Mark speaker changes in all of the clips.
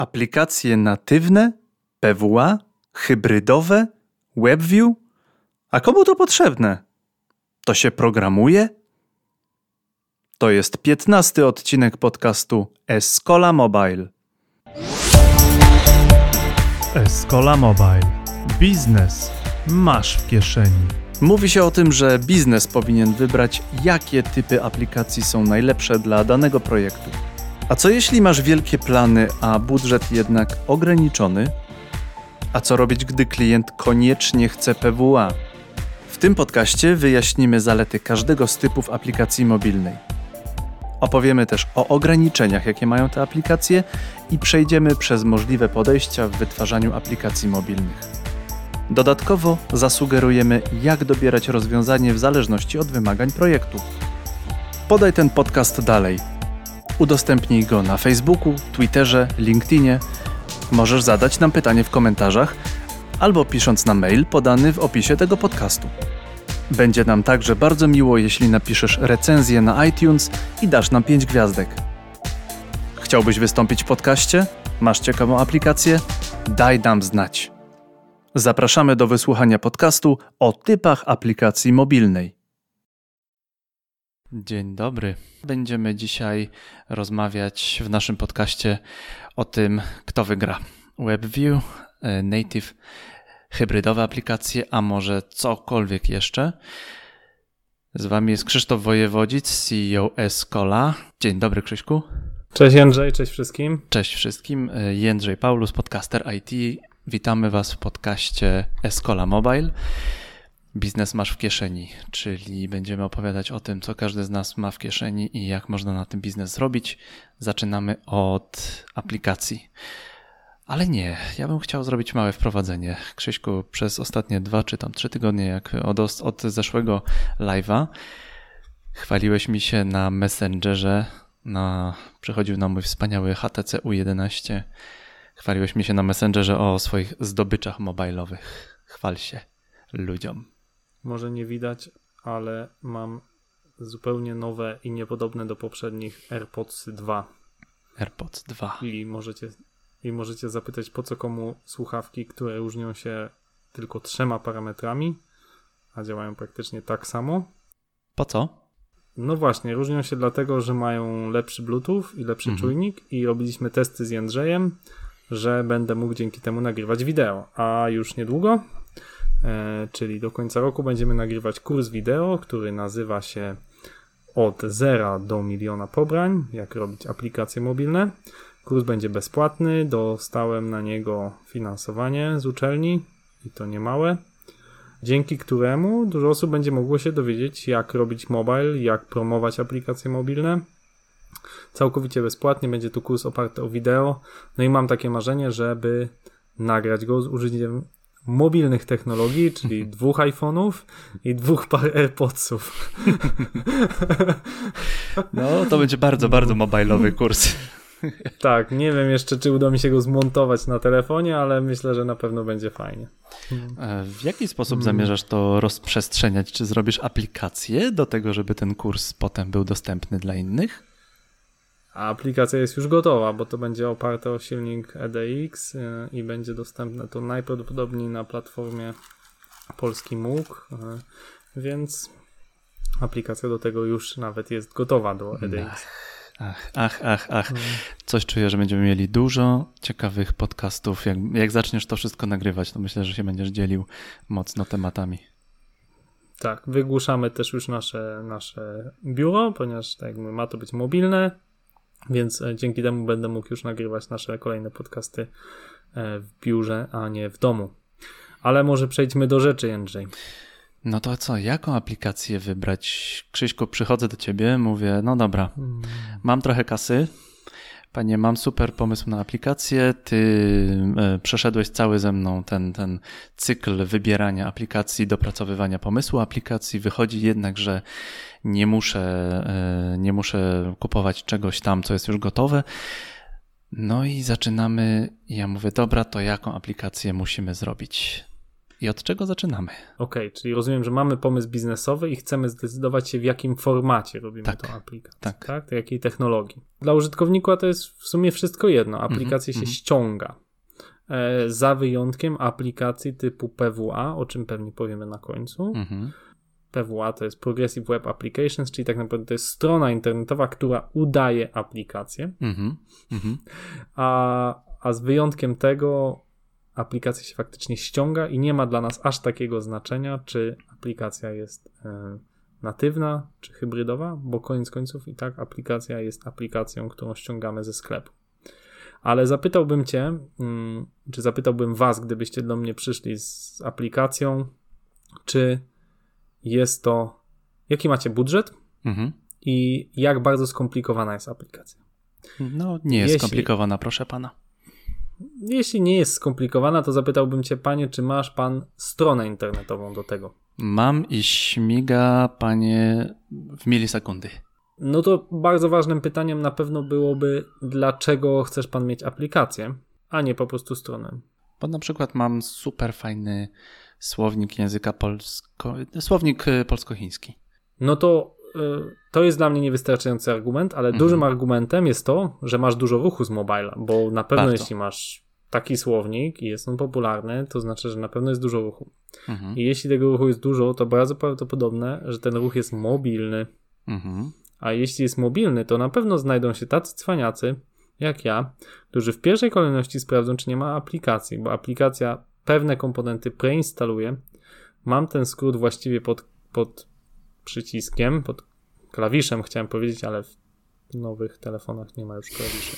Speaker 1: Aplikacje natywne, PWA, hybrydowe, WebView? A komu to potrzebne? To się programuje? To jest 15. odcinek podcastu Escola Mobile.
Speaker 2: Escola Mobile. Biznes masz w kieszeni.
Speaker 1: Mówi się o tym, że biznes powinien wybrać, jakie typy aplikacji są najlepsze dla danego projektu. A co jeśli masz wielkie plany, a budżet jednak ograniczony? A co robić, gdy klient koniecznie chce PWA? W tym podcaście wyjaśnimy zalety każdego z typów aplikacji mobilnej. Opowiemy też o ograniczeniach, jakie mają te aplikacje i przejdziemy przez możliwe podejścia w wytwarzaniu aplikacji mobilnych. Dodatkowo zasugerujemy, jak dobierać rozwiązanie w zależności od wymagań projektu. Podaj ten podcast dalej. Udostępnij go na Facebooku, Twitterze, LinkedInie. Możesz zadać nam pytanie w komentarzach albo pisząc na mail podany w opisie tego podcastu. Będzie nam także bardzo miło, jeśli napiszesz recenzję na iTunes i dasz nam 5 gwiazdek. Chciałbyś wystąpić w podcaście? Masz ciekawą aplikację? Daj nam znać. Zapraszamy do wysłuchania podcastu o typach aplikacji mobilnej. Dzień dobry. Będziemy dzisiaj rozmawiać w naszym podcaście o tym, kto wygra. WebView, native, hybrydowe aplikacje, a może cokolwiek jeszcze. Z Wami jest Krzysztof Wojewodzic, CEO Escola. Dzień dobry, Krzyśku.
Speaker 2: Cześć Jędrzej, cześć wszystkim.
Speaker 1: Cześć wszystkim. Jędrzej Paulus, podcaster IT. Witamy Was w podcaście Escola Mobile. Biznes masz w kieszeni, czyli będziemy opowiadać o tym, co każdy z nas ma w kieszeni i jak można na tym biznes zrobić. Zaczynamy od aplikacji. Ale nie, ja bym chciał zrobić małe wprowadzenie. Krzyśku, przez ostatnie 2 czy tam 3 tygodnie, jak od zeszłego live'a, chwaliłeś mi się na Messengerze, przychodził na mój wspaniały HTC U11, chwaliłeś mi się na Messengerze o swoich zdobyczach mobilowych. Chwal się ludziom.
Speaker 2: Może nie widać, ale mam zupełnie nowe i niepodobne do poprzednich AirPods 2.
Speaker 1: AirPods 2.
Speaker 2: I możecie zapytać, po co komu słuchawki, które różnią się tylko 3 parametrami, a działają praktycznie tak samo.
Speaker 1: Po co?
Speaker 2: No właśnie, różnią się dlatego, że mają lepszy Bluetooth i lepszy czujnik i robiliśmy testy z Jędrzejem, że będę mógł dzięki temu nagrywać wideo, a już niedługo, czyli do końca roku będziemy nagrywać kurs wideo, który nazywa się Od 0 do miliona pobrań, jak robić aplikacje mobilne. Kurs będzie bezpłatny, dostałem na niego finansowanie z uczelni i to niemałe, dzięki któremu dużo osób będzie mogło się dowiedzieć, jak robić mobile, jak promować aplikacje mobilne. Całkowicie bezpłatnie, będzie to kurs oparty o wideo. No i mam takie marzenie, żeby nagrać go z użyciem mobilnych technologii, czyli 2 iPhone'ów i 2 par AirPodsów.
Speaker 1: No, to będzie bardzo, bardzo mobilowy kurs.
Speaker 2: Tak, nie wiem jeszcze, czy uda mi się go zmontować na telefonie, ale myślę, że na pewno będzie fajnie.
Speaker 1: W jaki sposób zamierzasz to rozprzestrzeniać? Czy zrobisz aplikację do tego, żeby ten kurs potem był dostępny dla innych?
Speaker 2: A aplikacja jest już gotowa, bo to będzie oparte o silnik EDX i będzie dostępne to najprawdopodobniej na platformie Polski MOOC, więc aplikacja do tego już nawet jest gotowa do EDX.
Speaker 1: Ach. Coś czuję, że będziemy mieli dużo ciekawych podcastów. Jak zaczniesz to wszystko nagrywać, to myślę, że się będziesz dzielił mocno tematami.
Speaker 2: Tak, wygłuszamy też już nasze biuro, ponieważ tak jakby ma to być mobilne, więc dzięki temu będę mógł już nagrywać nasze kolejne podcasty w biurze, a nie w domu. Ale może przejdźmy do rzeczy, Jędrzej.
Speaker 1: No to co, jaką aplikację wybrać? Krzyśku, przychodzę do ciebie, mówię, no dobra, mam trochę kasy, panie, mam super pomysł na aplikację, ty przeszedłeś cały ze mną ten cykl wybierania aplikacji, dopracowywania pomysłu aplikacji, wychodzi jednak, że nie muszę kupować czegoś tam, co jest już gotowe. No i zaczynamy, ja mówię, dobra, to jaką aplikację musimy zrobić? I od czego zaczynamy?
Speaker 2: Okej, czyli rozumiem, że mamy pomysł biznesowy i chcemy zdecydować się, w jakim formacie robimy tą aplikację. Tak? Jakiej technologii. Dla użytkownika to jest w sumie wszystko jedno. Aplikację się ściąga. Za wyjątkiem aplikacji typu PWA, o czym pewnie powiemy na końcu. PWA to jest Progressive Web Applications, czyli tak naprawdę to jest strona internetowa, która udaje aplikację. A z wyjątkiem tego aplikacja się faktycznie ściąga i nie ma dla nas aż takiego znaczenia, czy aplikacja jest natywna, czy hybrydowa, bo koniec końców i tak aplikacja jest aplikacją, którą ściągamy ze sklepu. Ale zapytałbym cię, czy zapytałbym was, gdybyście do mnie przyszli z aplikacją, czy jest to, jaki macie budżet i jak bardzo skomplikowana jest aplikacja?
Speaker 1: No, nie jest skomplikowana, proszę pana.
Speaker 2: Jeśli nie jest skomplikowana, to zapytałbym cię, panie, czy masz pan stronę internetową do tego?
Speaker 1: Mam i śmiga, panie, w milisekundy.
Speaker 2: No to bardzo ważnym pytaniem na pewno byłoby, dlaczego chcesz pan mieć aplikację, a nie po prostu stronę?
Speaker 1: Bo na przykład mam super fajny słownik języka słownik polsko-chiński.
Speaker 2: No to jest dla mnie niewystarczający argument, ale dużym argumentem jest to, że masz dużo ruchu z mobila, bo na pewno jeśli masz taki słownik i jest on popularny, to znaczy, że na pewno jest dużo ruchu. I jeśli tego ruchu jest dużo, to bardzo prawdopodobne, że ten ruch jest mobilny. A jeśli jest mobilny, to na pewno znajdą się tacy cwaniacy, jak ja, którzy w pierwszej kolejności sprawdzą, czy nie ma aplikacji, bo aplikacja pewne komponenty preinstaluje. Mam ten skrót właściwie pod przyciskiem, pod klawiszem chciałem powiedzieć, ale w nowych telefonach nie ma już klawiszy.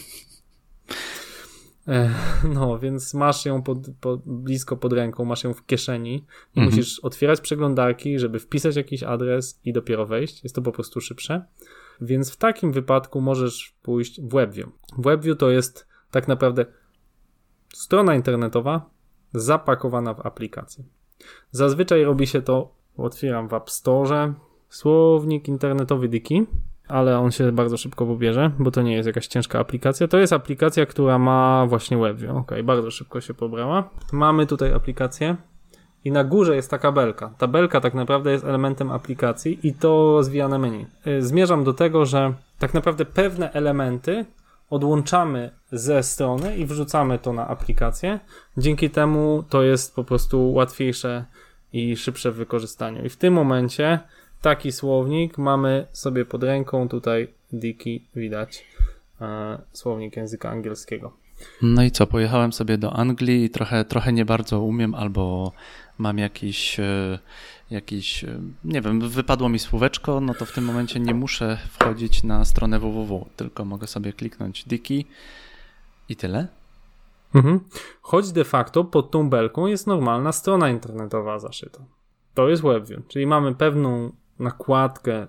Speaker 2: No, więc masz ją blisko pod ręką, masz ją w kieszeni i musisz otwierać przeglądarki, żeby wpisać jakiś adres i dopiero wejść. Jest to po prostu szybsze. Więc w takim wypadku możesz pójść w WebView. WebView to jest tak naprawdę strona internetowa zapakowana w aplikację. Zazwyczaj robi się to, otwieram w App Store, słownik internetowy Diki, ale on się bardzo szybko pobierze, bo to nie jest jakaś ciężka aplikacja. To jest aplikacja, która ma właśnie WebView. Okej, bardzo szybko się pobrała. Mamy tutaj aplikację i na górze jest taka belka. Ta belka tak naprawdę jest elementem aplikacji i to rozwijane menu. Zmierzam do tego, że tak naprawdę pewne elementy odłączamy ze strony i wrzucamy to na aplikację. Dzięki temu to jest po prostu łatwiejsze i szybsze w wykorzystaniu. I w tym momencie taki słownik mamy sobie pod ręką, tutaj Diki widać, słownik języka angielskiego.
Speaker 1: No i co, pojechałem sobie do Anglii i trochę nie bardzo umiem, albo mam jakiś, nie wiem, wypadło mi słóweczko, no to w tym momencie nie muszę wchodzić na stronę www, tylko mogę sobie kliknąć Diki i tyle.
Speaker 2: Choć de facto pod tą belką jest normalna strona internetowa zaszyta. To jest WebView, czyli mamy pewną nakładkę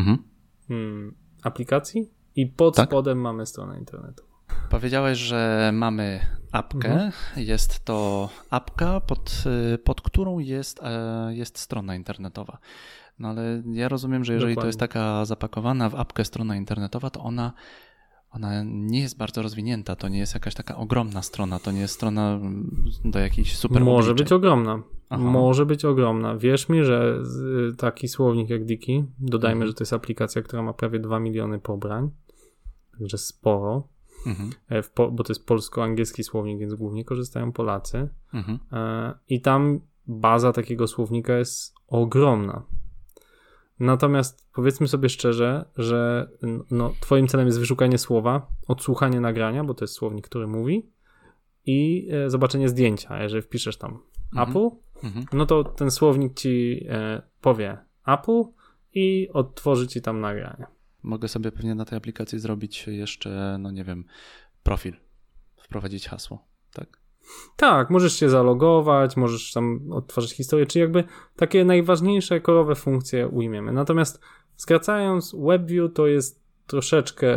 Speaker 2: aplikacji i pod spodem mamy stronę internetową.
Speaker 1: Powiedziałeś, że mamy apkę. Jest to apka, pod którą jest strona internetowa. No ale ja rozumiem, że jeżeli to jest taka zapakowana w apkę strona internetowa, to ona nie jest bardzo rozwinięta. To nie jest jakaś taka ogromna strona. To nie jest strona do jakichś super
Speaker 2: Może
Speaker 1: obliczeń.
Speaker 2: być ogromna. Może być ogromna. Wierz mi, że taki słownik jak Diki, dodajmy, że to jest aplikacja, która ma prawie 2 miliony pobrań. Także sporo. Bo to jest polsko-angielski słownik, więc głównie korzystają Polacy. I tam baza takiego słownika jest ogromna. Natomiast powiedzmy sobie szczerze, że twoim celem jest wyszukanie słowa, odsłuchanie nagrania, bo to jest słownik, który mówi, i zobaczenie zdjęcia. Jeżeli wpiszesz tam Apple, no to ten słownik ci powie Apple i odtworzy ci tam nagranie.
Speaker 1: Mogę sobie pewnie na tej aplikacji zrobić jeszcze, no nie wiem, profil, wprowadzić hasło, tak?
Speaker 2: Tak, możesz się zalogować, możesz tam odtworzyć historię, czy jakby takie najważniejsze korowe funkcje ujmiemy. Natomiast skracając, WebView to jest troszeczkę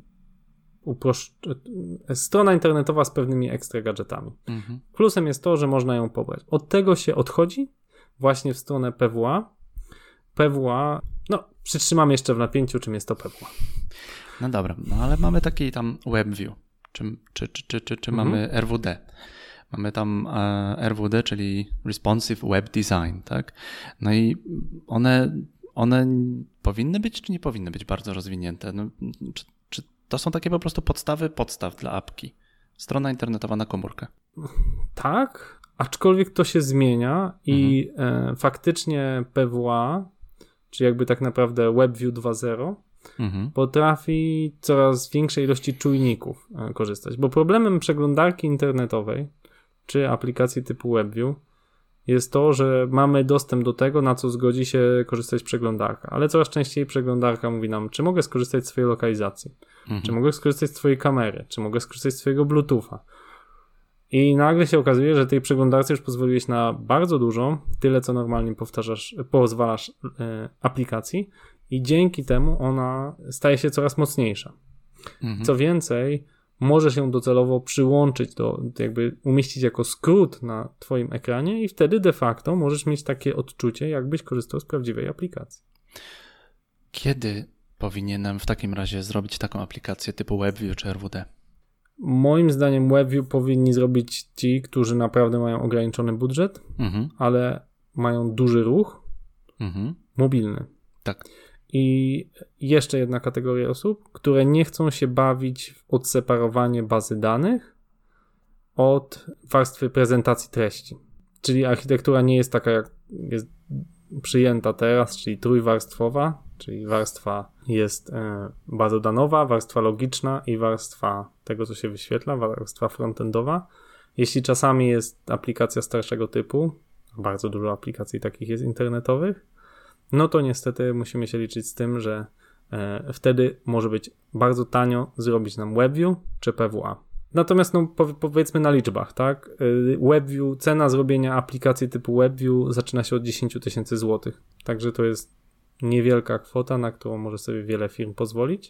Speaker 2: strona internetowa z pewnymi ekstra gadżetami. Plusem jest to, że można ją pobrać. Od tego się odchodzi właśnie w stronę PWA. PWA, przytrzymam jeszcze w napięciu, czym jest to PWA.
Speaker 1: No dobra, ale mamy taki tam WebView, czy mamy RWD. mamy tam RWD, czyli Responsive Web Design, tak? No i one powinny być, czy nie powinny być bardzo rozwinięte? No, czy to są takie po prostu podstaw dla apki? Strona internetowa na komórkę.
Speaker 2: Tak, aczkolwiek to się zmienia i faktycznie PWA, czy jakby tak naprawdę WebView 2.0, potrafi coraz większej ilości czujników korzystać, bo problemem przeglądarki internetowej czy aplikacji typu WebView jest to, że mamy dostęp do tego, na co zgodzi się korzystać przeglądarka, ale coraz częściej przeglądarka mówi nam, czy mogę skorzystać z swojej lokalizacji, czy mogę skorzystać z twojej kamery, czy mogę skorzystać z twojego Bluetootha. I nagle się okazuje, że tej przeglądarce już pozwoliłeś na bardzo dużo, tyle co normalnie pozwalasz aplikacji i dzięki temu ona staje się coraz mocniejsza. Co więcej, możesz ją docelowo przyłączyć jakby umieścić jako skrót na twoim ekranie i wtedy de facto możesz mieć takie odczucie, jakbyś korzystał z prawdziwej aplikacji.
Speaker 1: Kiedy powinienem w takim razie zrobić taką aplikację typu WebView czy RWD?
Speaker 2: Moim zdaniem WebView powinni zrobić ci, którzy naprawdę mają ograniczony budżet, ale mają duży ruch mobilny.
Speaker 1: Tak.
Speaker 2: I jeszcze jedna kategoria osób, które nie chcą się bawić w odseparowanie bazy danych od warstwy prezentacji treści. Czyli architektura nie jest taka, jak jest przyjęta teraz, czyli trójwarstwowa, czyli warstwa jest bazodanowa, warstwa logiczna i warstwa tego, co się wyświetla, warstwa frontendowa. Jeśli czasami jest aplikacja starszego typu, bardzo dużo aplikacji takich jest internetowych, no to niestety musimy się liczyć z tym, że wtedy może być bardzo tanio zrobić nam WebView czy PWA. Natomiast no, powiedzmy na liczbach, tak? WebView, cena zrobienia aplikacji typu WebView zaczyna się od 10 000 złotych. Także to jest niewielka kwota, na którą może sobie wiele firm pozwolić.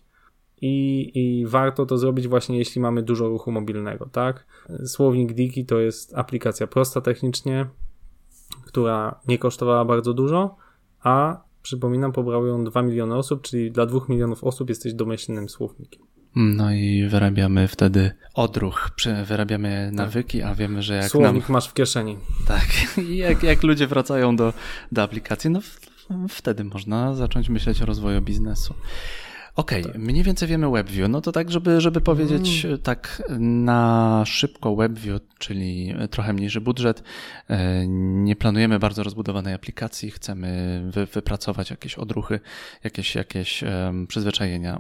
Speaker 2: I warto to zrobić właśnie jeśli mamy dużo ruchu mobilnego, tak? Słownik Diki to jest aplikacja prosta technicznie, która nie kosztowała bardzo dużo, a przypominam, pobrały ją 2 miliony osób, czyli dla 2 milionów osób jesteś domyślnym słownikiem.
Speaker 1: No i wyrabiamy wtedy odruch, wyrabiamy nawyki, a wiemy, że jak
Speaker 2: słownik masz w kieszeni.
Speaker 1: Tak, i jak ludzie wracają do aplikacji, no wtedy można zacząć myśleć o rozwoju biznesu. Okej, mniej więcej wiemy WebView, no to tak, żeby powiedzieć tak na szybko WebView, czyli trochę mniejszy budżet, nie planujemy bardzo rozbudowanej aplikacji, chcemy wypracować jakieś odruchy, jakieś przyzwyczajenia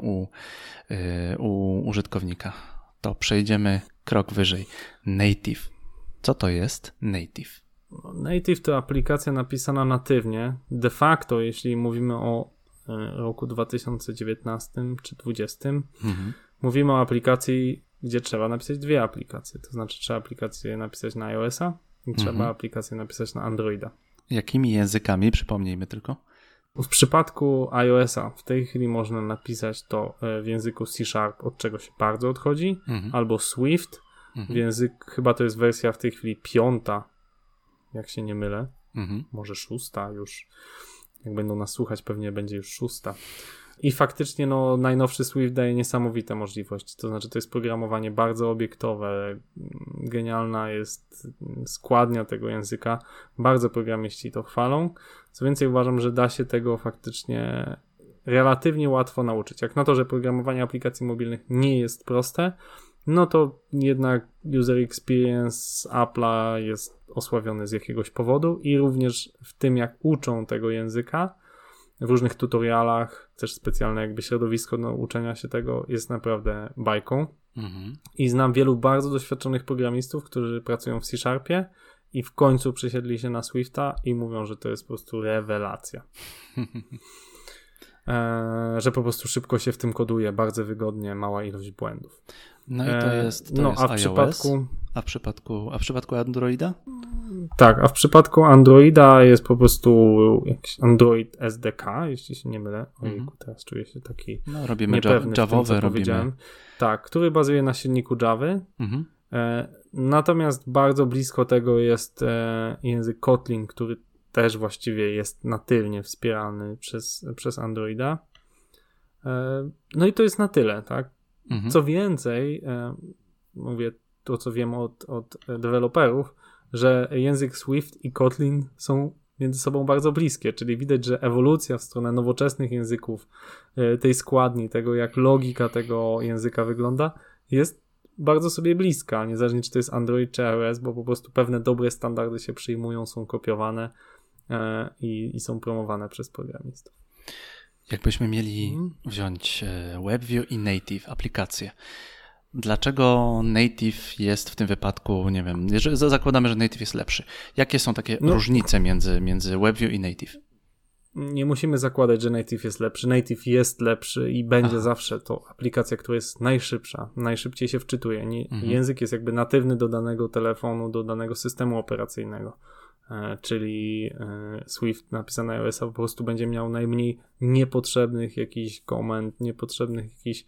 Speaker 1: u użytkownika. To przejdziemy krok wyżej. Native. Co to jest Native?
Speaker 2: Native to aplikacja napisana natywnie. De facto, jeśli mówimy o roku 2019 czy 2020, mówimy o aplikacji, gdzie trzeba napisać dwie aplikacje. To znaczy trzeba aplikację napisać na iOS-a i trzeba aplikację napisać na Androida.
Speaker 1: Jakimi językami? Przypomnijmy tylko.
Speaker 2: W przypadku iOS-a w tej chwili można napisać to w języku C#, od czego się bardzo odchodzi, albo Swift. Chyba to jest wersja w tej chwili 5, jak się nie mylę. Może 6 już. Jak będą nas słuchać, pewnie będzie już 6. I faktycznie najnowszy Swift daje niesamowite możliwości. To znaczy to jest programowanie bardzo obiektowe. Genialna jest składnia tego języka. Bardzo programiści to chwalą. Co więcej, uważam, że da się tego faktycznie relatywnie łatwo nauczyć. Jak na to, że programowanie aplikacji mobilnych nie jest proste, no to jednak user experience Apple'a jest osławiony z jakiegoś powodu i również w tym, jak uczą tego języka, w różnych tutorialach, też specjalne jakby środowisko do uczenia się tego jest naprawdę bajką. I znam wielu bardzo doświadczonych programistów, którzy pracują w C# i w końcu przesiedli się na Swifta i mówią, że to jest po prostu rewelacja. Że po prostu szybko się w tym koduje, bardzo wygodnie, mała ilość błędów.
Speaker 1: No i to jest iOS, a w przypadku Androida?
Speaker 2: Tak, a w przypadku Androida jest po prostu jakiś Android SDK, jeśli się nie mylę. Ojejku, teraz czuję się taki
Speaker 1: robimy
Speaker 2: niepewny
Speaker 1: Javowe,
Speaker 2: w tym, co powiedziałem. Tak, który bazuje na silniku Javy. Natomiast bardzo blisko tego jest język Kotlin, który też właściwie jest natywnie wspierany przez Androida. No i to jest na tyle, tak? Co więcej, mówię, to co wiem od deweloperów, że język Swift i Kotlin są między sobą bardzo bliskie, czyli widać, że ewolucja w stronę nowoczesnych języków, tej składni, tego jak logika tego języka wygląda, jest bardzo sobie bliska, niezależnie czy to jest Android czy iOS, bo po prostu pewne dobre standardy się przyjmują, są kopiowane i są promowane przez programistów.
Speaker 1: Jakbyśmy mieli wziąć WebView i Native aplikacje, dlaczego Native jest w tym wypadku, nie wiem, jeżeli zakładamy, że Native jest lepszy. Jakie są takie różnice między WebView i Native?
Speaker 2: Nie musimy zakładać, że Native jest lepszy. Native jest lepszy i będzie zawsze to aplikacja, która jest najszybsza, najszybciej się wczytuje. Język jest jakby natywny do danego telefonu, do danego systemu operacyjnego. Czyli Swift napisany na iOS-a po prostu będzie miał najmniej niepotrzebnych jakichś komend, niepotrzebnych jakichś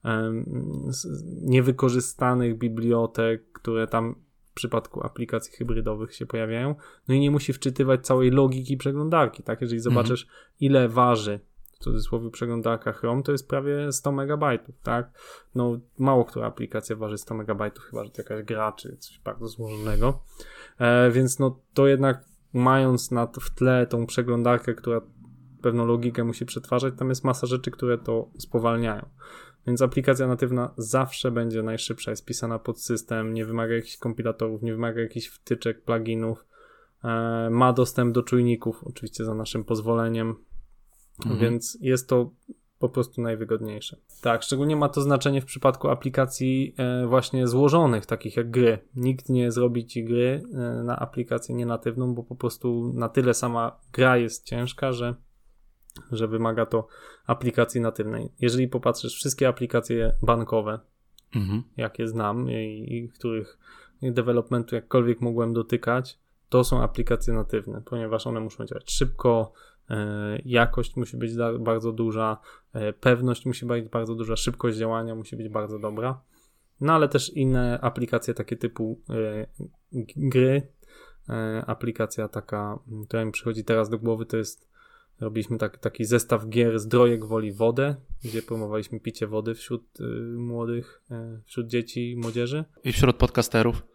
Speaker 2: niewykorzystanych bibliotek, które tam w przypadku aplikacji hybrydowych się pojawiają, no i nie musi wczytywać całej logiki przeglądarki, tak? Jeżeli zobaczysz, ile waży w cudzysłowie przeglądarka Chrome, to jest prawie 100 megabajtów, tak? No mało która aplikacja waży 100 megabajtów, chyba że to jakaś gra, czy coś bardzo złożonego, więc no to jednak mając w tle tą przeglądarkę, która pewną logikę musi przetwarzać, tam jest masa rzeczy, które to spowalniają. Więc aplikacja natywna zawsze będzie najszybsza, jest pisana pod system, nie wymaga jakichś kompilatorów, nie wymaga jakichś wtyczek, pluginów, ma dostęp do czujników, oczywiście za naszym pozwoleniem, więc jest to po prostu najwygodniejsze. Tak, szczególnie ma to znaczenie w przypadku aplikacji właśnie złożonych, takich jak gry. Nikt nie zrobi ci gry na aplikację nienatywną, bo po prostu na tyle sama gra jest ciężka, że wymaga to aplikacji natywnej. Jeżeli popatrzysz, wszystkie aplikacje bankowe, jakie znam i których developmentu jakkolwiek mogłem dotykać, to są aplikacje natywne, ponieważ one muszą działać szybko, jakość musi być bardzo duża, pewność musi być bardzo duża, szybkość działania musi być bardzo dobra. No ale też inne aplikacje takie typu gry, aplikacja taka, która mi przychodzi teraz do głowy, to jest robiliśmy taki zestaw gier Zdrojek woli wodę, gdzie promowaliśmy picie wody wśród młodych, wśród dzieci i młodzieży.
Speaker 1: I wśród podcasterów.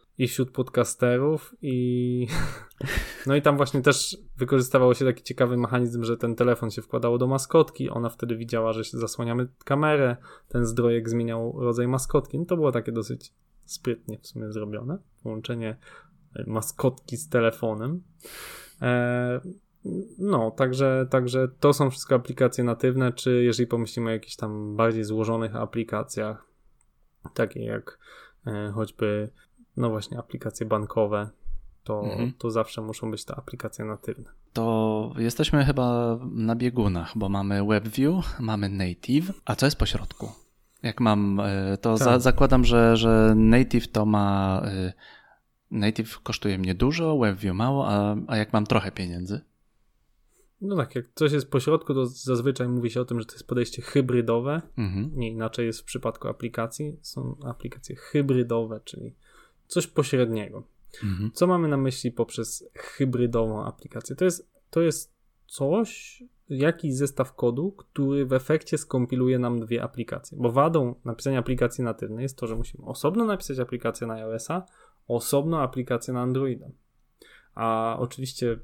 Speaker 2: No i tam właśnie też wykorzystywało się taki ciekawy mechanizm, że ten telefon się wkładało do maskotki, ona wtedy widziała, że się zasłaniamy kamerę, ten Zdrojek zmieniał rodzaj maskotki. No to było takie dosyć sprytnie w sumie zrobione. Połączenie maskotki z telefonem. No, także to są wszystko aplikacje natywne, czy jeżeli pomyślimy o jakichś tam bardziej złożonych aplikacjach, takie jak choćby, no właśnie aplikacje bankowe, to zawsze muszą być te aplikacje natywne.
Speaker 1: To jesteśmy chyba na biegunach, bo mamy WebView, mamy Native, a co jest po środku? Jak mam, to zakładam, że Native to ma, Native kosztuje mnie dużo, WebView mało, a jak mam trochę pieniędzy?
Speaker 2: No tak, jak coś jest po środku, to zazwyczaj mówi się o tym, że to jest podejście hybrydowe. Nie inaczej jest w przypadku aplikacji. Są aplikacje hybrydowe, czyli coś pośredniego. Co mamy na myśli poprzez hybrydową aplikację? To jest coś, jakiś zestaw kodu, który w efekcie skompiluje nam dwie aplikacje. Bo wadą napisania aplikacji natywnej jest to, że musimy osobno napisać aplikację na iOS-a, osobno aplikację na Androida. A oczywiście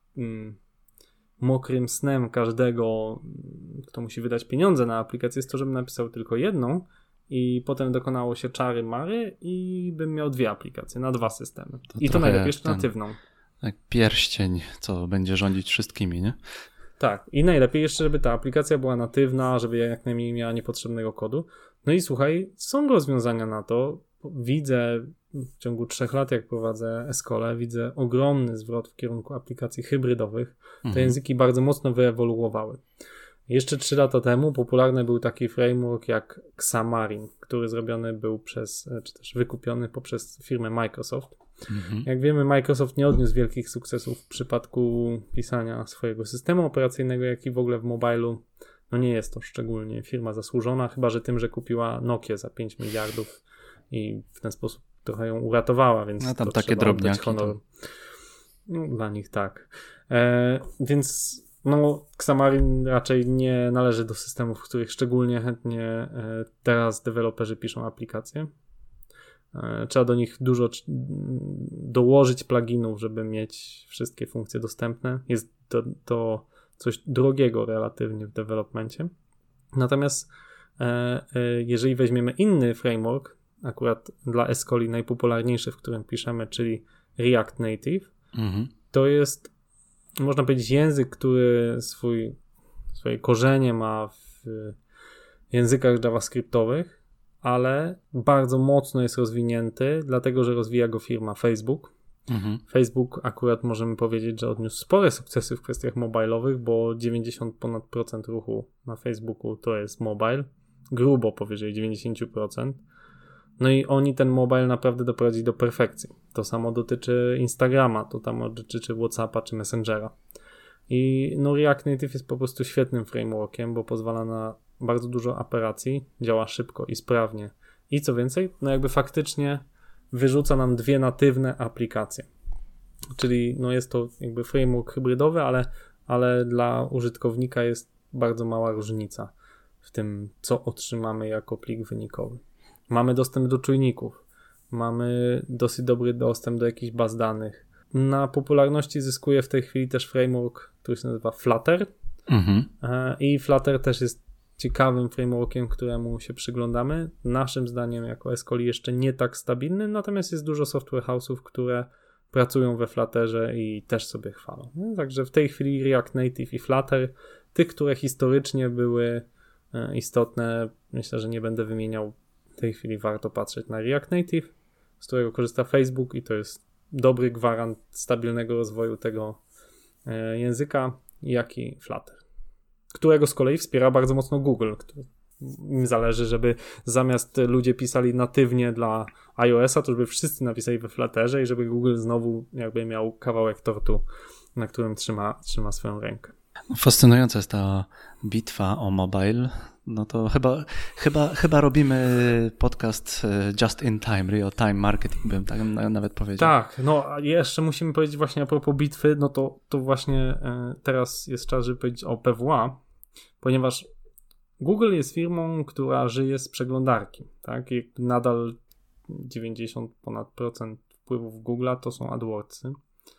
Speaker 2: mokrym snem każdego, kto musi wydać pieniądze na aplikację, jest to, żebym napisał tylko jedną i potem dokonało się czary mary i bym miał dwie aplikacje na dwa systemy. I to najlepiej jeszcze natywną.
Speaker 1: Jak pierścień, co będzie rządzić wszystkimi, nie?
Speaker 2: Tak. I najlepiej jeszcze, żeby ta aplikacja była natywna, żeby jak najmniej miała niepotrzebnego kodu. No i słuchaj, są rozwiązania na to. Widzę w ciągu 3 lat, jak prowadzę Escole, widzę ogromny zwrot w kierunku aplikacji hybrydowych. Te języki bardzo mocno wyewoluowały. Jeszcze 3 lata temu popularny był taki framework jak Xamarin, który zrobiony był czy też wykupiony poprzez firmę Microsoft. Jak wiemy, Microsoft nie odniósł wielkich sukcesów w przypadku pisania swojego systemu operacyjnego, jak i w ogóle w mobilu. No nie jest to szczególnie firma zasłużona, chyba że tym, że kupiła Nokię za 5 miliardów i w ten sposób trochę ją uratowała, więc
Speaker 1: no tam
Speaker 2: to
Speaker 1: takie drobniaki.
Speaker 2: honor. No, dla nich tak. Więc no, Xamarin raczej nie należy do systemów, w których szczególnie chętnie teraz deweloperzy piszą aplikacje. Trzeba do nich dużo dołożyć pluginów, żeby mieć wszystkie funkcje dostępne. Jest to coś drogiego relatywnie w developmencie. Natomiast jeżeli weźmiemy inny framework, akurat dla Escoli najpopularniejszy, w którym piszemy, czyli React Native, to jest, można powiedzieć, język, który swoje korzenie ma w językach javascriptowych, ale bardzo mocno jest rozwinięty, dlatego że rozwija go firma Facebook. Facebook akurat możemy powiedzieć, że odniósł spore sukcesy w kwestiach mobilowych, bo 90% ruchu na Facebooku to jest mobile, grubo powyżej 90%. No i oni ten mobile naprawdę doprowadzili do perfekcji. To samo dotyczy Instagrama, to samo dotyczy WhatsAppa czy Messengera. I no React Native jest po prostu świetnym frameworkiem, bo pozwala na bardzo dużo operacji, działa szybko i sprawnie. I co więcej, no jakby faktycznie wyrzuca nam 2 natywne aplikacje. Czyli no jest to jakby framework hybrydowy, ale dla użytkownika jest bardzo mała różnica w tym, co otrzymamy jako plik wynikowy. Mamy dostęp do czujników, mamy dosyć dobry dostęp do jakichś baz danych. Na popularności zyskuje w tej chwili też framework, który się nazywa Flutter. I Flutter też jest ciekawym frameworkiem, któremu się przyglądamy. Naszym zdaniem jako Escoli jeszcze nie tak stabilny, natomiast jest dużo software house'ów, które pracują we Flutterze i też sobie chwalą. No, także w tej chwili React Native i Flutter, tych, które historycznie były istotne, myślę, że nie będę wymieniał. W tej chwili warto patrzeć na React Native, z którego korzysta Facebook i to jest dobry gwarant stabilnego rozwoju tego języka, jak i Flutter, którego z kolei wspiera bardzo mocno Google. Im zależy, żeby zamiast ludzie pisali natywnie dla iOS-a, to żeby wszyscy napisali we Flutterze i żeby Google znowu jakby miał kawałek tortu, na którym trzyma swoją rękę.
Speaker 1: Fascynująca jest ta bitwa o mobile. No to chyba robimy podcast just in time, real time marketing, bym tak nawet powiedział.
Speaker 2: Tak, no a jeszcze musimy powiedzieć właśnie a propos bitwy, no to właśnie teraz jest czas, żeby powiedzieć o PWA, ponieważ Google jest firmą, która żyje z przeglądarki, tak? I nadal 90% wpływów Google'a to są AdWordsy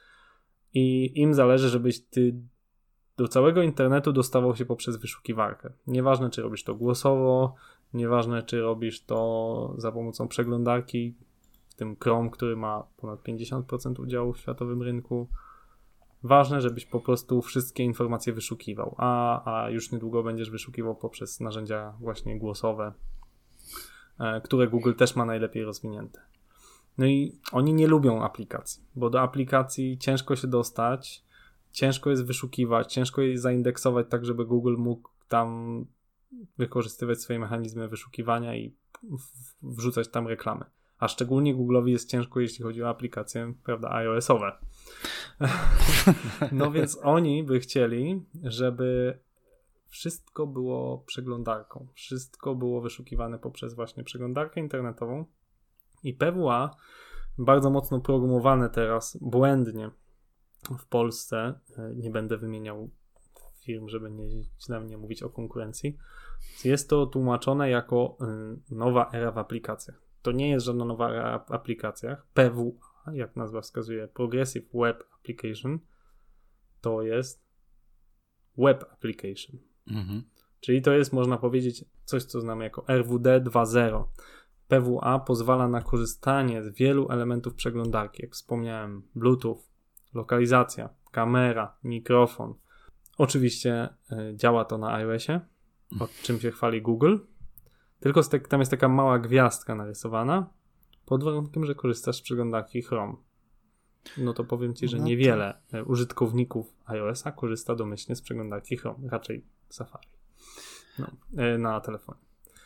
Speaker 2: i im zależy, żebyś ty do całego internetu dostawał się poprzez wyszukiwarkę. Nieważne, czy robisz to głosowo, nieważne, czy robisz to za pomocą przeglądarki, w tym Chrome, który ma ponad 50% udziału w światowym rynku. Ważne, żebyś po prostu wszystkie informacje wyszukiwał, a już niedługo będziesz wyszukiwał poprzez narzędzia właśnie głosowe, które Google też ma najlepiej rozwinięte. No i oni nie lubią aplikacji, bo do aplikacji ciężko się dostać, ciężko jest wyszukiwać, ciężko jest zaindeksować tak, żeby Google mógł tam wykorzystywać swoje mechanizmy wyszukiwania i wrzucać tam reklamy. A szczególnie Google'owi jest ciężko, jeśli chodzi o aplikacje, prawda, iOS-owe. No więc oni by chcieli, żeby wszystko było przeglądarką. Wszystko było wyszukiwane poprzez właśnie przeglądarkę internetową i PWA bardzo mocno promowane teraz błędnie w Polsce. Nie będę wymieniał firm, żeby źle nie mówić o konkurencji. Jest to tłumaczone jako nowa era w aplikacjach. To nie jest żadna nowa era w aplikacjach. PWA, jak nazwa wskazuje, Progressive Web Application, to jest Web Application. Czyli to jest, można powiedzieć, coś, co znamy jako RWD 2.0. PWA pozwala na korzystanie z wielu elementów przeglądarki. Jak wspomniałem, Bluetooth, lokalizacja, kamera, mikrofon. Oczywiście działa to na iOSie, o czym się chwali Google. Tylko tam jest taka mała gwiazdka narysowana, pod warunkiem, że korzystasz z przeglądarki Chrome. No to powiem Ci, że niewiele użytkowników iOS-a korzysta domyślnie z przeglądarki Chrome, raczej Safari na telefonie.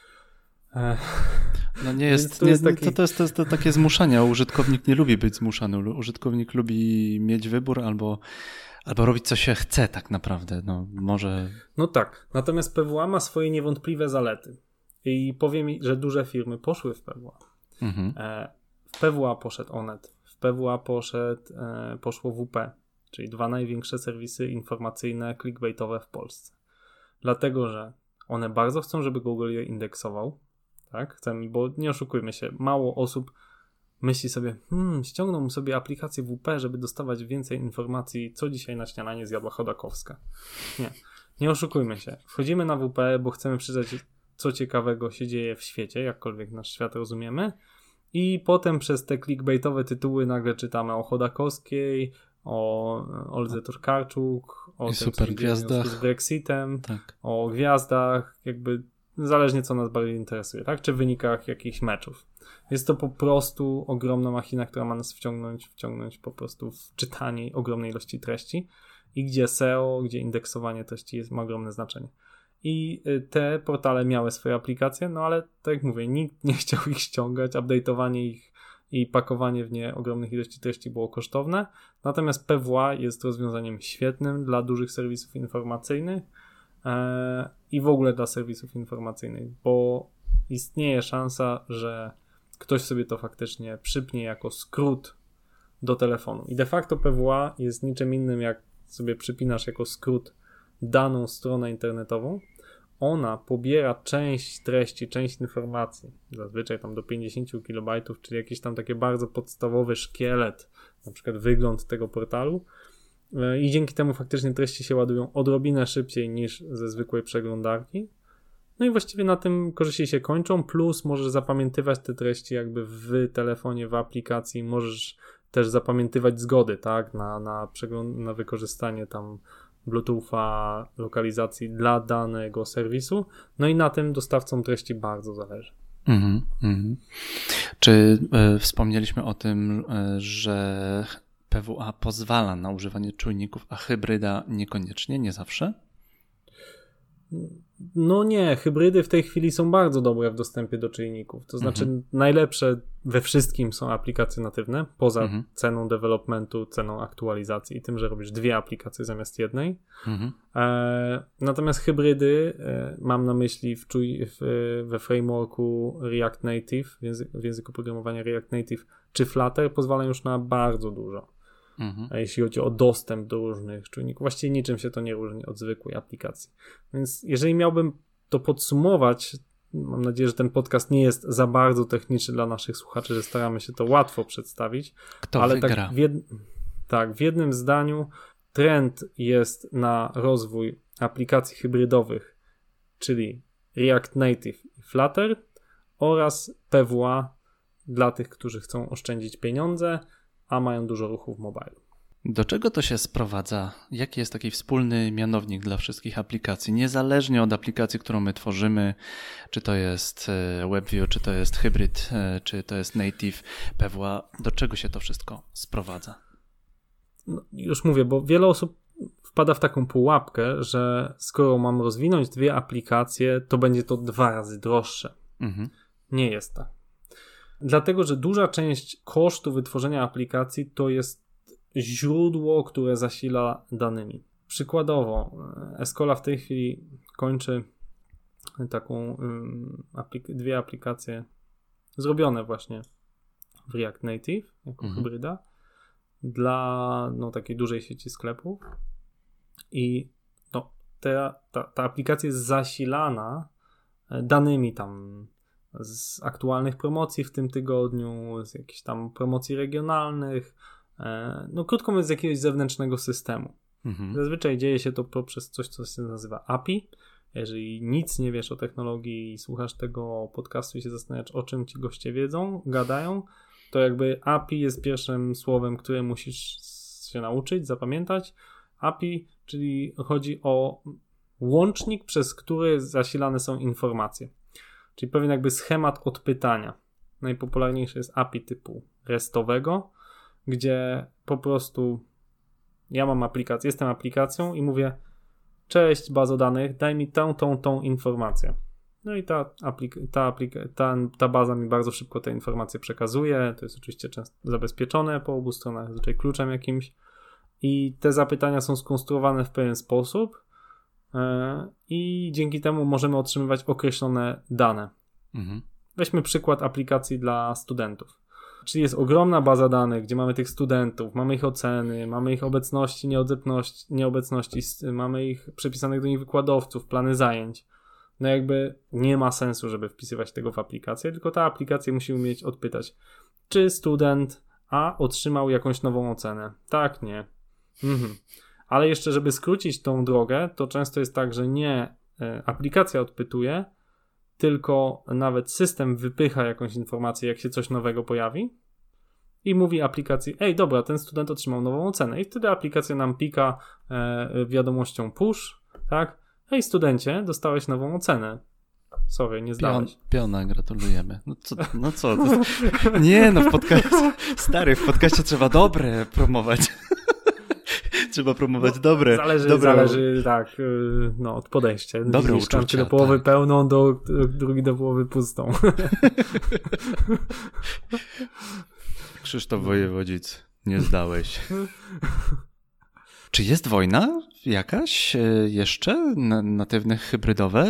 Speaker 1: No nie jest, to jest takie zmuszenie. Użytkownik nie lubi być zmuszany. Użytkownik lubi mieć wybór albo robić co się chce tak naprawdę. No może... No
Speaker 2: tak, natomiast PWA ma swoje niewątpliwe zalety. I powiem, że duże firmy poszły w PWA. W PWA poszedł Onet, w PWA poszło WP, czyli 2 największe serwisy informacyjne, clickbaitowe w Polsce. Dlatego, że one bardzo chcą, żeby Google je indeksował. Tak? Chcemy, bo nie oszukujmy się, mało osób myśli sobie, ściągnął sobie aplikację WP, żeby dostawać więcej informacji, co dzisiaj na śniadanie zjadła Chodakowska. Nie oszukujmy się. Wchodzimy na WP, bo chcemy przeczytać, co ciekawego się dzieje w świecie, jakkolwiek nasz świat rozumiemy, i potem przez te clickbaitowe tytuły nagle czytamy o Chodakowskiej, o Oldze Tokarczuk, o
Speaker 1: I
Speaker 2: tym,
Speaker 1: super
Speaker 2: co się dzieje w związku
Speaker 1: gwiazdach.
Speaker 2: z Brexitem,
Speaker 1: Tak.
Speaker 2: o gwiazdach, jakby zależnie co nas bardziej interesuje, tak? Czy w wynikach jakichś meczów. Jest to po prostu ogromna machina, która ma nas wciągnąć po prostu w czytanie ogromnej ilości treści i gdzie SEO, gdzie indeksowanie treści ma ogromne znaczenie. I te portale miały swoje aplikacje, no ale tak jak mówię, nikt nie chciał ich ściągać, update'owanie ich i pakowanie w nie ogromnych ilości treści było kosztowne, natomiast PWA jest rozwiązaniem świetnym dla dużych serwisów informacyjnych i w ogóle dla serwisów informacyjnych, bo istnieje szansa, że ktoś sobie to faktycznie przypnie jako skrót do telefonu. I de facto PWA jest niczym innym, jak sobie przypinasz jako skrót daną stronę internetową. Ona pobiera część treści, część informacji, zazwyczaj tam do 50 KB, czyli jakiś tam taki bardzo podstawowy szkielet, na przykład wygląd tego portalu, i dzięki temu faktycznie treści się ładują odrobinę szybciej niż ze zwykłej przeglądarki. No i właściwie na tym korzyści się kończą, plus możesz zapamiętywać te treści jakby w telefonie, w aplikacji, możesz też zapamiętywać zgody, tak, na wykorzystanie tam Bluetootha, lokalizacji dla danego serwisu, no i na tym dostawcom treści bardzo zależy.
Speaker 1: Czy wspomnieliśmy o tym, że PWA pozwala na używanie czujników, a hybryda niekoniecznie, nie zawsze?
Speaker 2: No nie, hybrydy w tej chwili są bardzo dobre w dostępie do czujników. To znaczy najlepsze we wszystkim są aplikacje natywne, poza ceną developmentu, ceną aktualizacji i tym, że robisz dwie aplikacje zamiast jednej. Natomiast hybrydy, mam na myśli we frameworku React Native, w języku programowania React Native, czy Flutter, pozwalają już na bardzo dużo. A jeśli chodzi o dostęp do różnych czujników, właściwie niczym się to nie różni od zwykłej aplikacji. Więc jeżeli miałbym to podsumować, mam nadzieję, że ten podcast nie jest za bardzo techniczny dla naszych słuchaczy, że staramy się to łatwo przedstawić.
Speaker 1: Kto
Speaker 2: ale
Speaker 1: wygra?
Speaker 2: Tak, w jednym zdaniu trend jest na rozwój aplikacji hybrydowych, czyli React Native i Flutter oraz PWA dla tych, którzy chcą oszczędzić pieniądze, a mają dużo ruchu w mobile.
Speaker 1: Do czego to się sprowadza? Jaki jest taki wspólny mianownik dla wszystkich aplikacji? Niezależnie od aplikacji, którą my tworzymy, czy to jest WebView, czy to jest Hybrid, czy to jest Native, PWA, do czego się to wszystko sprowadza?
Speaker 2: No, już mówię, bo wiele osób wpada w taką pułapkę, że skoro mam rozwinąć dwie aplikacje, to będzie to 2 razy droższe. Nie jest tak. Dlatego, że duża część kosztu wytworzenia aplikacji to jest źródło, które zasila danymi. Przykładowo, Escola w tej chwili kończy taką dwie aplikacje zrobione właśnie w React Native jako hybryda dla takiej dużej sieci sklepów i ta aplikacja jest zasilana danymi tam z aktualnych promocji w tym tygodniu, z jakichś tam promocji regionalnych, krótko mówiąc z jakiegoś zewnętrznego systemu. Zazwyczaj dzieje się to poprzez coś, co się nazywa API. Jeżeli nic nie wiesz o technologii i słuchasz tego podcastu i się zastanawiasz, o czym ci goście gadają, to jakby API jest pierwszym słowem, które musisz się nauczyć, zapamiętać. API, czyli chodzi o łącznik, przez który zasilane są informacje. Czyli pewien jakby schemat odpytania. Najpopularniejszy jest API typu RESTowego, gdzie po prostu ja mam aplikację, jestem aplikacją i mówię: cześć bazo danych, daj mi tą informację. No i ta baza mi bardzo szybko te informacje przekazuje. To jest oczywiście często zabezpieczone po obu stronach, zazwyczaj kluczem jakimś. I te zapytania są skonstruowane w pewien sposób i dzięki temu możemy otrzymywać określone dane. Weźmy przykład aplikacji dla studentów. Czyli jest ogromna baza danych, gdzie mamy tych studentów, mamy ich oceny, mamy ich obecności, nieobecności, mamy ich przypisanych do nich wykładowców, plany zajęć. No jakby nie ma sensu, żeby wpisywać tego w aplikację, tylko ta aplikacja musi umieć odpytać: czy student A otrzymał jakąś nową ocenę. Tak, nie. Ale jeszcze, żeby skrócić tą drogę, to często jest tak, że nie aplikacja odpytuje, tylko nawet system wypycha jakąś informację, jak się coś nowego pojawi i mówi aplikacji, ej dobra, ten student otrzymał nową ocenę i wtedy aplikacja nam pika wiadomością push, tak? Ej studencie, dostałeś nową ocenę. Sorry, nie zdałeś.
Speaker 1: Piona, gratulujemy. No co? Nie, no w podcaście trzeba dobre promować. Trzeba promować dobre.
Speaker 2: Zależy tak, od podejścia.
Speaker 1: Dobre uczucia,
Speaker 2: do połowy pełną, drugi do połowy pustą.
Speaker 1: Krzysztof Wojewodzic, nie zdałeś. Czy jest wojna jakaś jeszcze? Natywne, hybrydowe?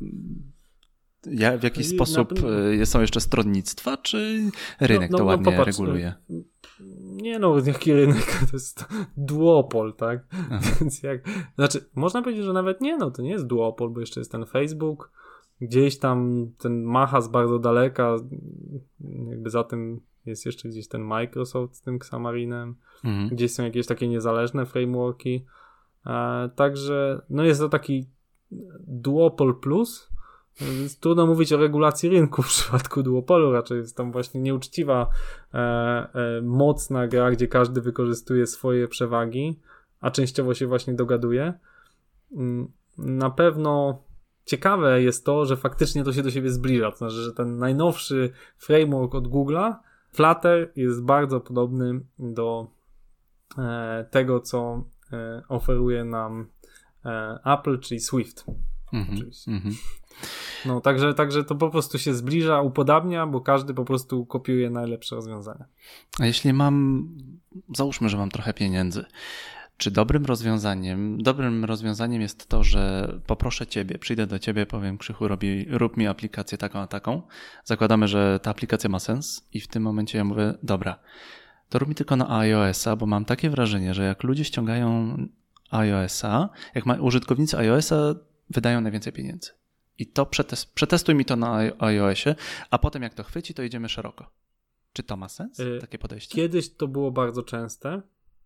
Speaker 1: W jakiś sposób są jeszcze stronnictwa, czy rynek to ładnie reguluje?
Speaker 2: Nie jaki rynek, to jest duopol, tak? Więc można powiedzieć, że nawet to nie jest duopol, bo jeszcze jest ten Facebook, gdzieś tam ten macha z bardzo daleka, jakby za tym jest jeszcze gdzieś ten Microsoft z tym Xamarinem, gdzieś są jakieś takie niezależne frameworki, także jest to taki duopol plus. Więc trudno mówić o regulacji rynku w przypadku duopolu, raczej jest tam właśnie nieuczciwa mocna gra, gdzie każdy wykorzystuje swoje przewagi, a częściowo się właśnie dogaduje. Na pewno ciekawe jest to, że faktycznie to się do siebie zbliża, to znaczy, że ten najnowszy framework od Google'a, Flutter, jest bardzo podobny do tego, co oferuje nam Apple, czyli Swift. Oczywiście. Także to po prostu się zbliża, upodabnia, bo każdy po prostu kopiuje najlepsze rozwiązania.
Speaker 1: A jeśli załóżmy, że mam trochę pieniędzy, czy dobrym rozwiązaniem jest to, że poproszę ciebie, przyjdę do ciebie, powiem Krzychu, rób mi aplikację taką a taką, zakładamy, że ta aplikacja ma sens i w tym momencie ja mówię, dobra, to rób mi tylko na iOS-a, bo mam takie wrażenie, że jak ludzie ściągają iOS-a, użytkownicy iOS-a wydają najwięcej pieniędzy. I to przetestuj mi to na iOSie, a potem jak to chwyci, to idziemy szeroko. Czy to ma sens, takie podejście?
Speaker 2: Kiedyś to było bardzo częste,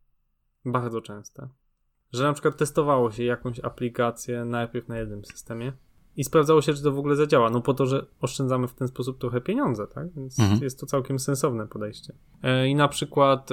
Speaker 2: że na przykład testowało się jakąś aplikację najpierw na jednym systemie i sprawdzało się, czy to w ogóle zadziała. Po to, że oszczędzamy w ten sposób trochę pieniądze, tak? Więc jest to całkiem sensowne podejście. I na przykład,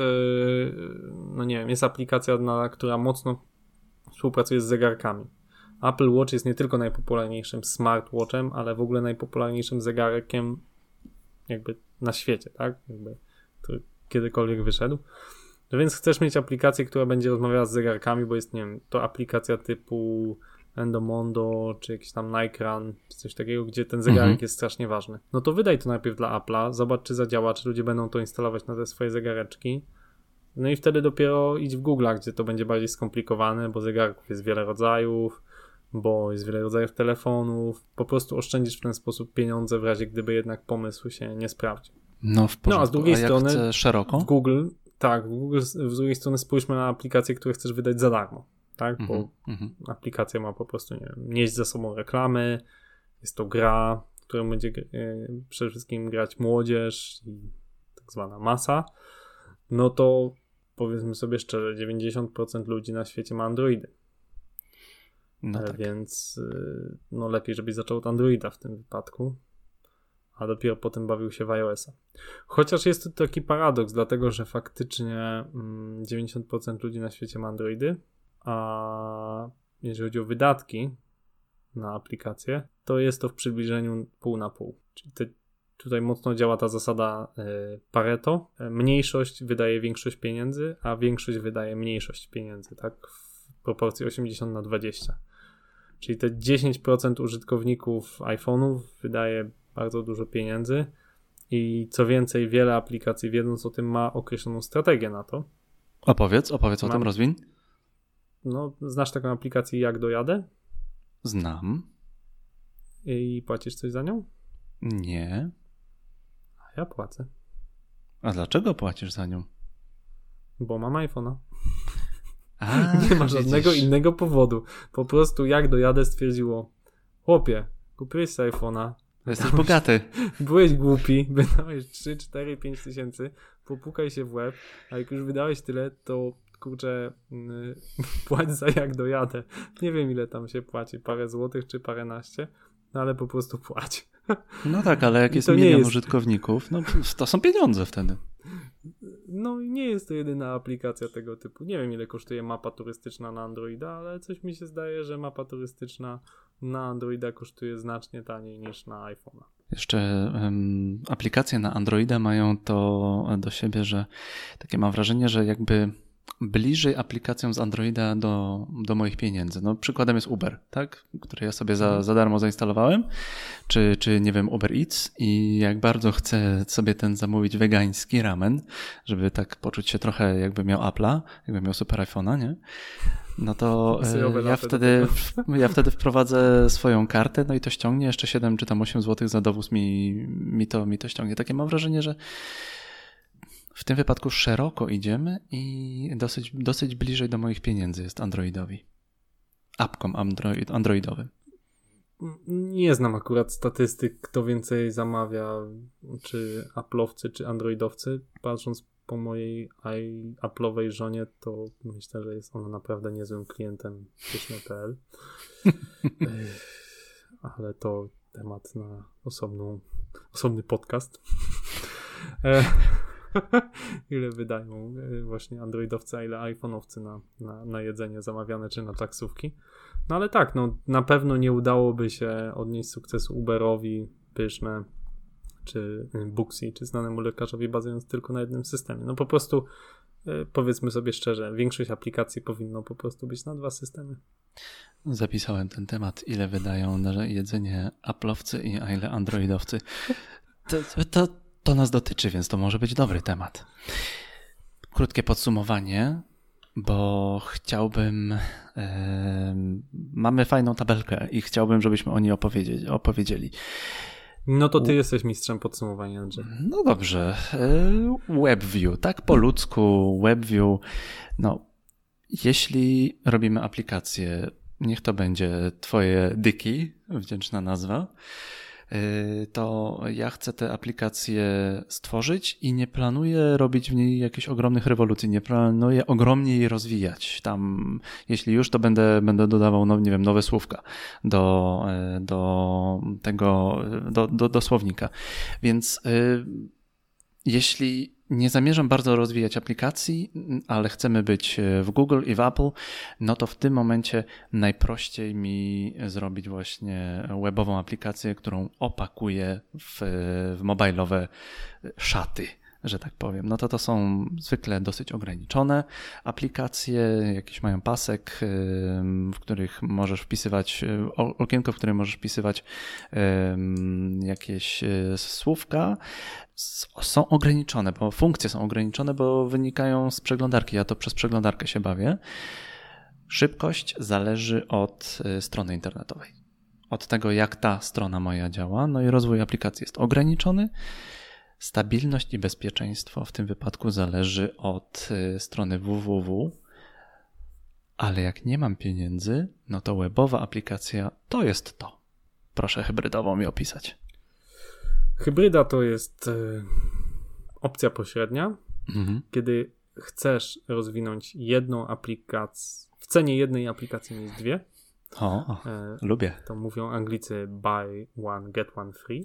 Speaker 2: jest aplikacja, która mocno współpracuje z zegarkami. Apple Watch jest nie tylko najpopularniejszym smartwatchem, ale w ogóle najpopularniejszym zegarkiem jakby na świecie, tak? Który kiedykolwiek wyszedł. No więc chcesz mieć aplikację, która będzie rozmawiała z zegarkami, bo jest, to aplikacja typu Endomondo, czy jakiś tam Nike Run, czy coś takiego, gdzie ten zegarek jest strasznie ważny. No to wydaj to najpierw dla Apple'a, zobacz, czy zadziała, czy ludzie będą to instalować na te swoje zegareczki. No i wtedy dopiero idź w Google'a, gdzie to będzie bardziej skomplikowane, bo zegarków jest wiele rodzajów, bo jest wiele rodzajów telefonów. Po prostu oszczędzisz w ten sposób pieniądze w razie, gdyby jednak pomysł się nie sprawdził.
Speaker 1: No w porządku.
Speaker 2: A z drugiej strony
Speaker 1: chcę szeroko?
Speaker 2: w Google, z drugiej strony spójrzmy na aplikacje, które chcesz wydać za darmo, tak? Bo aplikacja ma po prostu, nieść za sobą reklamy, jest to gra, którą będzie przede wszystkim grać młodzież i tak zwana masa. No to powiedzmy sobie szczerze, 90% ludzi na świecie ma Androidy. No tak. Więc lepiej, żebyś zaczął od Androida w tym wypadku, a dopiero potem bawił się w iOS-a. Chociaż jest to taki paradoks, dlatego że faktycznie 90% ludzi na świecie ma Androidy, a jeżeli chodzi o wydatki na aplikacje, to jest to w przybliżeniu pół na pół. Czyli tutaj mocno działa ta zasada Pareto. Mniejszość wydaje większość pieniędzy, a większość wydaje mniejszość pieniędzy, tak? W proporcji 80/20. Czyli te 10% użytkowników iPhone'ów wydaje bardzo dużo pieniędzy i co więcej, wiele aplikacji, wiedząc o tym, ma określoną strategię na to.
Speaker 1: Opowiedz o tym, rozwiń.
Speaker 2: Znasz taką aplikację Jak dojadę?
Speaker 1: Znam.
Speaker 2: I płacisz coś za nią?
Speaker 1: Nie.
Speaker 2: A ja płacę.
Speaker 1: A dlaczego płacisz za nią?
Speaker 2: Bo mam iPhone'a. Nie ma żadnego innego powodu. Po prostu Jak dojadę stwierdziło: chłopie, kupiłeś z iPhone'a,
Speaker 1: Jesteś bogaty.
Speaker 2: Byłeś głupi, wydałeś 3, 4, 5 tysięcy, popukaj się w łeb, a jak już wydałeś tyle, to kurczę, płać za jak dojadę. Nie wiem, ile tam się płaci, parę złotych czy paręnaście, no ale po prostu płać.
Speaker 1: No tak, ale jak
Speaker 2: I
Speaker 1: jest
Speaker 2: to nie
Speaker 1: milion
Speaker 2: jest-
Speaker 1: użytkowników, no to są pieniądze wtedy.
Speaker 2: No i nie jest to jedyna aplikacja tego typu. Nie wiem, ile kosztuje mapa turystyczna na Androida, ale coś mi się zdaje, że mapa turystyczna na Androida kosztuje znacznie taniej niż na iPhone'a.
Speaker 1: Jeszcze aplikacje na Androida mają to do siebie, że takie mam wrażenie, że jakby bliżej aplikacją z Androida do moich pieniędzy. No przykładem jest Uber, tak? Który ja sobie za darmo zainstalowałem, czy nie wiem, Uber Eats i jak bardzo chcę sobie ten zamówić wegański ramen, żeby tak poczuć się trochę jakby miał Apple'a, jakby miał super iPhone'a, nie? No to
Speaker 2: Sojowe
Speaker 1: ja
Speaker 2: latte
Speaker 1: wtedy wprowadzę swoją kartę, no i to ściągnie, jeszcze 7 czy tam 8 zł za dowóz mi to ściągnie. Takie mam wrażenie, że w tym wypadku szeroko idziemy i dosyć bliżej do moich pieniędzy jest Androidowi. Apkom androidowym.
Speaker 2: Nie znam akurat statystyk, kto więcej zamawia, czy Apple'owcy, czy Androidowcy. Patrząc po mojej Apple'owej żonie, to myślę, że jest ona naprawdę niezłym klientem pyszne.pl. Ale to temat na osobny podcast. Ile wydają właśnie androidowcy, a ile iPhone'owcy na jedzenie zamawiane czy na taksówki. No ale tak, no na pewno nie udałoby się odnieść sukcesu Uberowi, Pyszne, czy Booksy, czy znanemu lekarzowi bazując tylko na jednym systemie. No po prostu powiedzmy sobie szczerze, większość aplikacji powinno po prostu być na 2 systemy.
Speaker 1: Zapisałem ten temat, ile wydają na jedzenie Apple'owcy i a ile Androidowcy. To nas dotyczy, więc to może być dobry temat. Krótkie podsumowanie, bo chciałbym... mamy fajną tabelkę i chciałbym, żebyśmy o niej opowiedzieli.
Speaker 2: No to ty jesteś mistrzem podsumowania, Andrzej.
Speaker 1: No dobrze. WebView, tak po ludzku WebView. No, jeśli robimy aplikację, niech to będzie twoje dyki, wdzięczna nazwa, to ja chcę tę aplikację stworzyć i nie planuję robić w niej jakichś ogromnych rewolucji, nie planuję ogromnie jej rozwijać. Tam, jeśli już, to będę dodawał, no nie wiem, nowe słówka do słownika. Więc jeśli nie zamierzam bardzo rozwijać aplikacji, ale chcemy być w Google i w Apple, no to w tym momencie najprościej mi zrobić właśnie webową aplikację, którą opakuję w mobilowe szaty, że tak powiem. No to są zwykle dosyć ograniczone aplikacje, jakieś mają pasek, w których możesz wpisywać, okienko, w którym możesz wpisywać jakieś słówka. Są ograniczone, bo funkcje są ograniczone, bo wynikają z przeglądarki. Ja to przez przeglądarkę się bawię. Szybkość zależy od strony internetowej. Od tego, jak ta strona moja działa. No i rozwój aplikacji jest ograniczony. Stabilność i bezpieczeństwo w tym wypadku zależy od strony www. Ale jak nie mam pieniędzy, no to webowa aplikacja to jest to. Proszę hybrydową mi opisać.
Speaker 2: Hybryda to jest opcja pośrednia, kiedy chcesz rozwinąć jedną aplikację, w cenie jednej aplikacji mieć 2.
Speaker 1: Lubię.
Speaker 2: To mówią Anglicy buy one, get one free.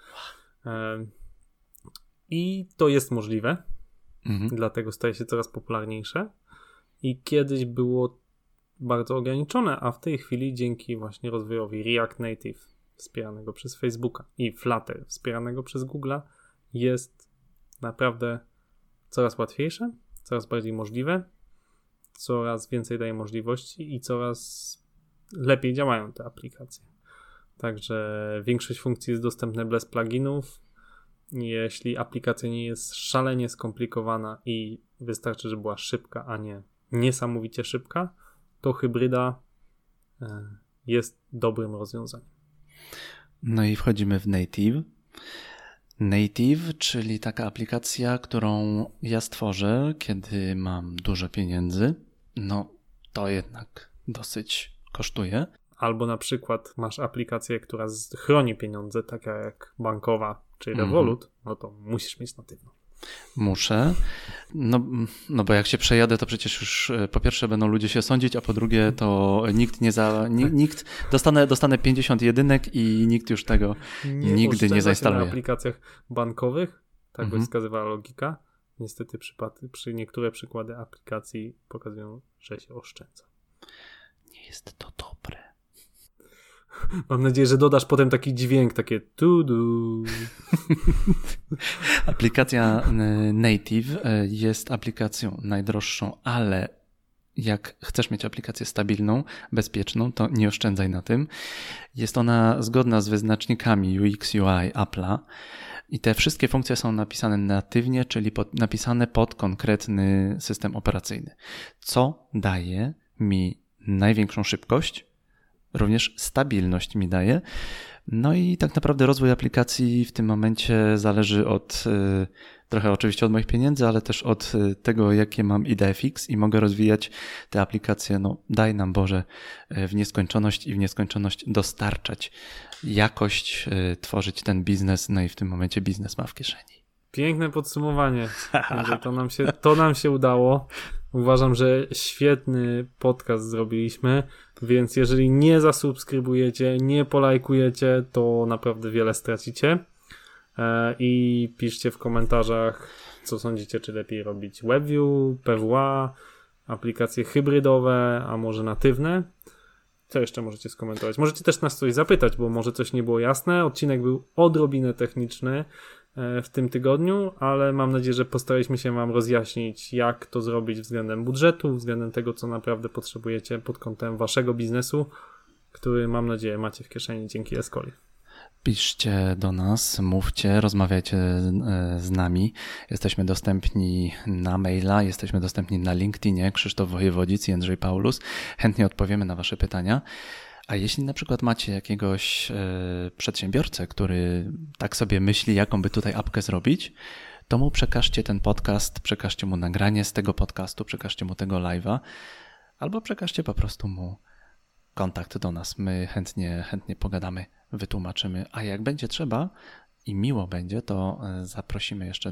Speaker 2: I to jest możliwe, dlatego staje się coraz popularniejsze. I kiedyś było bardzo ograniczone, a w tej chwili dzięki właśnie rozwojowi React Native wspieranego przez Facebooka i Flutter wspieranego przez Google'a jest naprawdę coraz łatwiejsze, coraz bardziej możliwe, coraz więcej daje możliwości i coraz lepiej działają te aplikacje. Także większość funkcji jest dostępna bez pluginów. Jeśli aplikacja nie jest szalenie skomplikowana i wystarczy, żeby była szybka, a nie niesamowicie szybka, to hybryda jest dobrym rozwiązaniem.
Speaker 1: No i wchodzimy w Native. Native, czyli taka aplikacja, którą ja stworzę, kiedy mam dużo pieniędzy. No to jednak dosyć kosztuje.
Speaker 2: albo na przykład masz aplikację, która chroni pieniądze, taka jak bankowa czy Revolut, no to musisz mieć natywną.
Speaker 1: Muszę. No bo jak się przejadę, to przecież już po pierwsze będą ludzie się sądzić, a po drugie to nikt dostanę 50 jedynek i nikt już tego nigdy nie zainstaluje.
Speaker 2: Na aplikacjach bankowych, tak by wskazywała logika. Niestety niektóre przykłady aplikacji pokazują, że się oszczędza.
Speaker 1: Nie jest to dobre.
Speaker 2: Mam nadzieję, że dodasz potem taki dźwięk, takie to-do.
Speaker 1: Aplikacja Native jest aplikacją najdroższą, ale jak chcesz mieć aplikację stabilną, bezpieczną, to nie oszczędzaj na tym. Jest ona zgodna z wyznacznikami UX, UI Apple'a i te wszystkie funkcje są napisane natywnie, czyli napisane pod konkretny system operacyjny, co daje mi największą szybkość, również stabilność mi daje. No i tak naprawdę rozwój aplikacji w tym momencie zależy trochę oczywiście od moich pieniędzy, ale też od tego, jakie mam idee fix i mogę rozwijać te aplikacje, daj nam Boże, w nieskończoność i w nieskończoność dostarczać jakość, tworzyć ten biznes, no i w tym momencie biznes ma w kieszeni.
Speaker 2: Piękne podsumowanie. To nam się udało. Uważam, że świetny podcast zrobiliśmy, więc jeżeli nie zasubskrybujecie, nie polajkujecie, to naprawdę wiele stracicie. I piszcie w komentarzach, co sądzicie, czy lepiej robić WebView, PWA, aplikacje hybrydowe, a może natywne. Co jeszcze możecie skomentować? Możecie też nas coś zapytać, bo może coś nie było jasne. Odcinek był odrobinę techniczny w tym tygodniu, ale mam nadzieję, że postaraliśmy się wam rozjaśnić, jak to zrobić względem budżetu, względem tego, co naprawdę potrzebujecie pod kątem waszego biznesu, który mam nadzieję macie w kieszeni dzięki Escoli.
Speaker 1: Piszcie do nas, mówcie, rozmawiajcie z nami. Jesteśmy dostępni na maila, jesteśmy dostępni na LinkedInie, Krzysztof Wojewodzic i Jędrzej Paulus. Chętnie odpowiemy na wasze pytania. A jeśli na przykład macie jakiegoś przedsiębiorcę, który tak sobie myśli, jaką by tutaj apkę zrobić, to mu przekażcie ten podcast, przekażcie mu nagranie z tego podcastu, przekażcie mu tego live'a, albo przekażcie po prostu mu kontakt do nas. My chętnie pogadamy, wytłumaczymy, a jak będzie trzeba i miło będzie, to zaprosimy jeszcze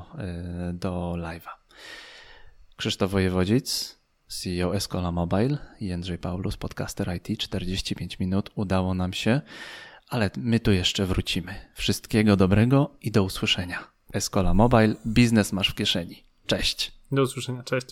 Speaker 1: do live'a. Krzysztof Wojewodzic, CEO Escola Mobile, i Jędrzej Paulus, podcaster IT, 45 minut, udało nam się, ale my tu jeszcze wrócimy. Wszystkiego dobrego i do usłyszenia. Escola Mobile, biznes masz w kieszeni. Cześć.
Speaker 2: Do usłyszenia, cześć.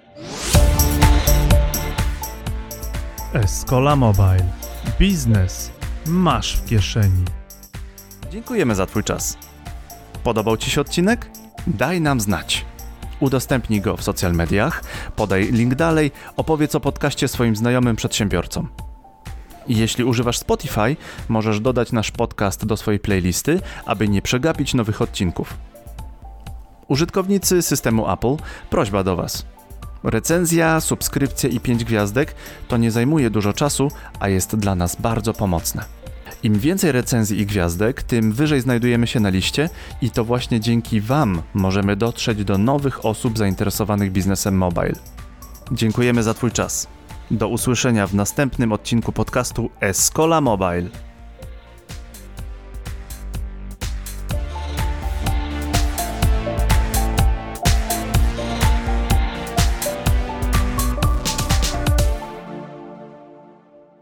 Speaker 3: Escola Mobile. Biznes masz w kieszeni.
Speaker 1: Dziękujemy za twój czas. Podobał ci się odcinek? Daj nam znać. Udostępnij go w social mediach, podaj link dalej, opowiedz o podcaście swoim znajomym przedsiębiorcom. I jeśli używasz Spotify, możesz dodać nasz podcast do swojej playlisty, aby nie przegapić nowych odcinków. Użytkownicy systemu Apple, prośba do Was. Recenzja, subskrypcja i 5 gwiazdek to nie zajmuje dużo czasu, a jest dla nas bardzo pomocne. Im więcej recenzji i gwiazdek, tym wyżej znajdujemy się na liście i to właśnie dzięki Wam możemy dotrzeć do nowych osób zainteresowanych biznesem mobile. Dziękujemy za Twój czas. Do usłyszenia w następnym odcinku podcastu Escola Mobile.